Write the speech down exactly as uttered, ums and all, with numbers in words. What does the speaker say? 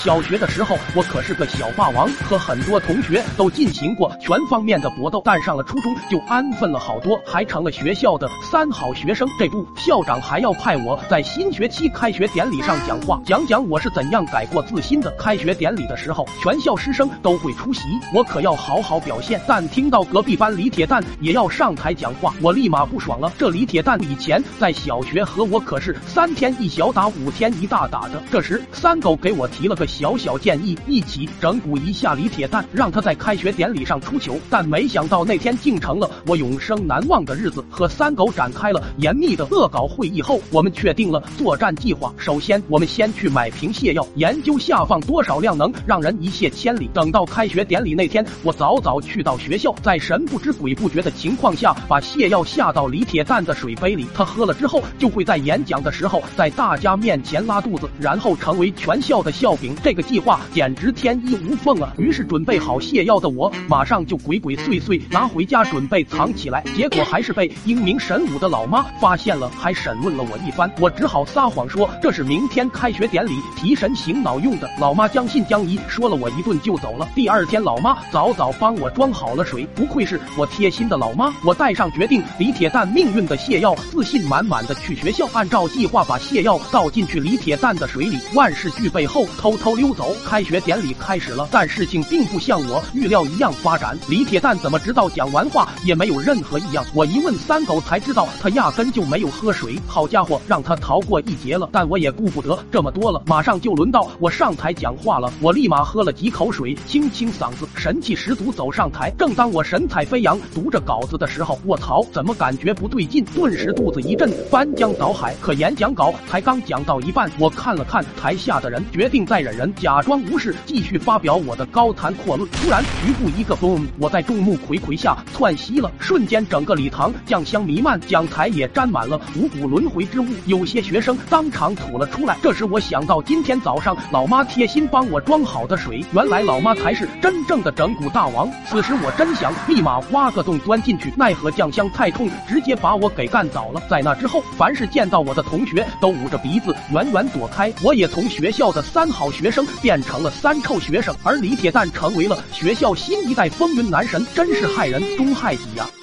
小学的时候，我可是个小霸王，和很多同学都进行过全方面的搏斗。但上了初中就安分了好多，还成了学校的三好学生。这不，校长还要派我在新学期开学典礼上讲话，讲讲我是怎样改过自新的。开学典礼的时候，全校师生都会出席，我可要好好表现。但听到隔壁班李铁蛋也要上台讲话，我立马不爽了。这李铁蛋以前在小学和我可是三天一小打，五天一大打的。这时三狗给我提了个小小建议，一起整蛊一下李铁蛋，让他在开学典礼上出糗。但没想到那天竟成了我永生难忘的日子。和三狗展开了严密的恶搞会议后，我们确定了作战计划。首先，我们先去买瓶泻药，研究下放多少量能让人一泻千里。等到开学典礼那天，我早早去到学校，在神不知鬼不觉的情况下，把泻药下到李铁蛋的水杯里。他喝了之后，就会在演讲的时候在大家面前拉肚子，然后成为全校的笑柄。这个计划简直天衣无缝啊！于是准备好泻药的我，马上就鬼鬼祟祟拿回家准备藏起来，结果还是被英明神武的老妈发现了，还审问了我一番。我只好撒谎说这是明天开学典礼提神醒脑用的。老妈将信将疑，说了我一顿就走了。第二天，老妈早早帮我装好了水，不愧是我贴心的老妈。我带上决定李铁蛋命运的泻药，自信满满的去学校，按照计划把泻药倒进去李铁蛋的水里。万事俱备后，偷偷溜走。开学典礼开始了，但事情并不像我预料一样发展。李铁蛋怎么直到讲完话也没有任何异样？我一问三狗才知道他压根就没有喝水。好家伙，让他逃过一劫了。但我也顾不得这么多了，马上就轮到我上台讲话了。我立马喝了几口水，清清嗓子，神气十足走上台。正当我神采飞扬读着稿子的时候，卧槽，怎么感觉不对劲？顿时肚子一震，翻江倒海。可演讲稿才刚讲到一半，我看了看台下的人，决定再忍忍，假装无视，继续发表我的高谈阔论。突然局部一个 boom， 我在众目睽睽下窜稀了，瞬间整个礼堂酱香弥漫，讲台也沾满了五谷轮回之物，有些学生当场吐了出来。这时我想到今天早上老妈贴心帮我装好的水，原来老妈才是真正的整蛊大王。此时我真想立马挖个洞钻进去，奈何酱香太冲，直接把我给干倒了。在那之后，凡是见到我的同学都捂着鼻子远远躲开。我也从学校的三好学生变成了三臭学生，而李铁蛋成为了学校新一代风云男神，真是害人终害己呀！